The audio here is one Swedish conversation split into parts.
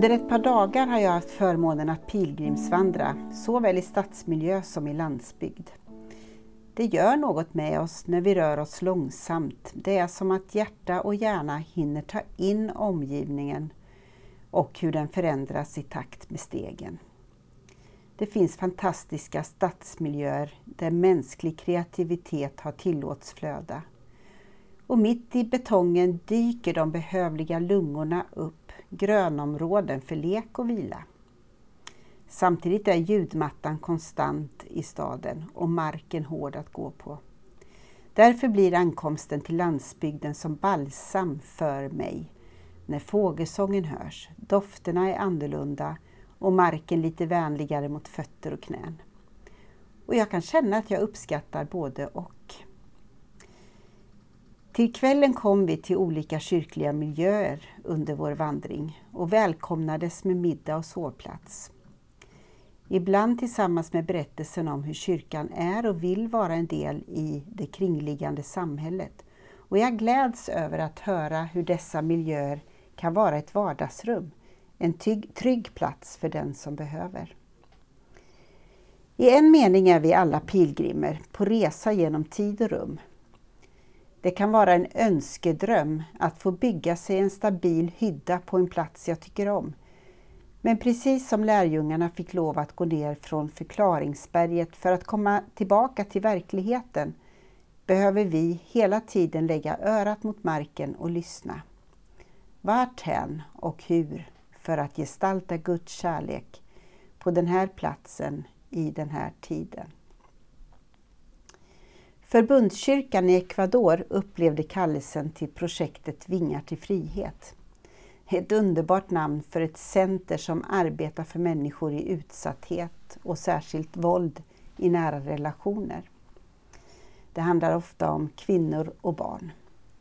Under ett par dagar har jag haft förmånen att pilgrimsvandra, såväl i stadsmiljö som i landsbygd. Det gör något med oss när vi rör oss långsamt. Det är som att hjärta och hjärna hinner ta in omgivningen och hur den förändras i takt med stegen. Det finns fantastiska stadsmiljöer där mänsklig kreativitet har tillåts flöda. Och mitt i betongen dyker de behövliga lungorna upp, grönområden för lek och vila. Samtidigt är ljudmattan konstant i staden och marken hård att gå på. Därför blir ankomsten till landsbygden som balsam för mig. När fågelsången hörs, dofterna är annorlunda och marken lite vänligare mot fötter och knän. Och jag kan känna att jag uppskattar både och. Till kvällen kom vi till olika kyrkliga miljöer under vår vandring och välkomnades med middag och sovplats. Ibland tillsammans med berättelsen om hur kyrkan är och vill vara en del i det kringliggande samhället. Och jag gläds över att höra hur dessa miljöer kan vara ett vardagsrum, en trygg plats för den som behöver. I en mening är vi alla pilgrimer på resa genom tid och rum. Det kan vara en önskedröm att få bygga sig en stabil hydda på en plats jag tycker om. Men precis som lärjungarna fick lov att gå ner från förklaringsberget för att komma tillbaka till verkligheten, behöver vi hela tiden lägga örat mot marken och lyssna. Varthän och hur för att gestalta Guds kärlek på den här platsen i den här tiden. Förbundskyrkan i Ecuador upplevde kallelsen till projektet Vingar till frihet. Ett underbart namn för ett center som arbetar för människor i utsatthet och särskilt våld i nära relationer. Det handlar ofta om kvinnor och barn.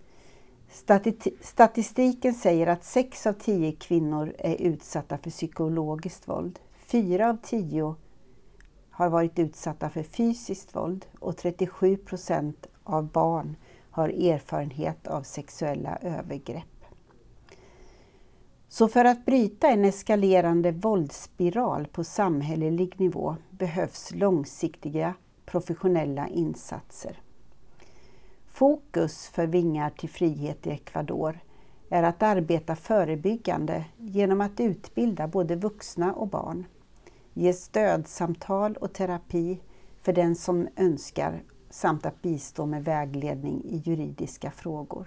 Statistiken säger att 6 av 10 kvinnor är utsatta för psykologiskt våld. 4 av 10 har varit utsatta för fysiskt våld och 37% av barn har erfarenhet av sexuella övergrepp. Så för att bryta en eskalerande våldsspiral på samhällelig nivå behövs långsiktiga professionella insatser. Fokus för Vingar till frihet i Ecuador är att arbeta förebyggande genom att utbilda både vuxna och barn. Ge stödsamtal och terapi för den som önskar samt att bistå med vägledning i juridiska frågor.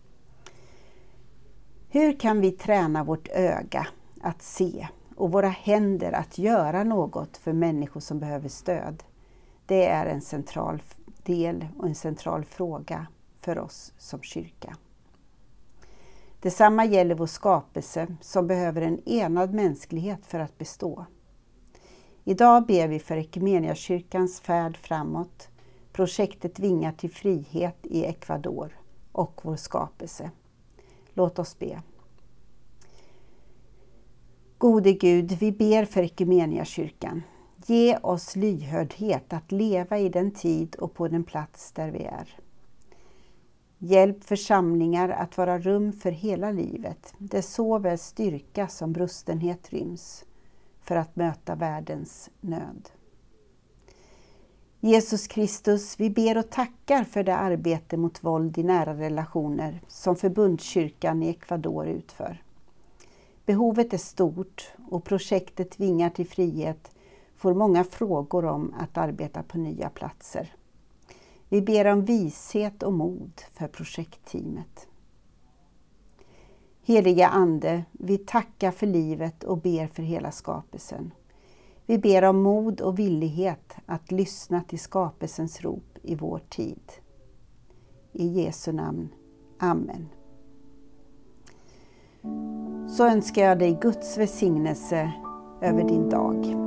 Hur kan vi träna vårt öga att se och våra händer att göra något för människor som behöver stöd? Det är en central del och en central fråga för oss som kyrka. Detsamma gäller vår skapelse som behöver en enad mänsklighet för att bestå. Idag ber vi för Equmeniakyrkans färd framåt, projektet Vingar till frihet i Ecuador och vår skapelse. Låt oss be. Gode Gud, vi ber för Equmeniakyrkan. Ge oss lyhördhet att leva i den tid och på den plats där vi är. Hjälp församlingar att vara rum för hela livet, där såväl styrka som brustenhet ryms, för att möta världens nöd. Jesus Kristus, vi ber och tackar för det arbete mot våld i nära relationer som förbundskyrkan i Ecuador utför. Behovet är stort och projektet Vingar till frihet får många frågor om att arbeta på nya platser. Vi ber om vishet och mod för projektteamet. Heliga Ande, vi tackar för livet och ber för hela skapelsen. Vi ber om mod och villighet att lyssna till skapelsens rop i vår tid. I Jesu namn. Amen. Så önskar jag dig Guds välsignelse över din dag.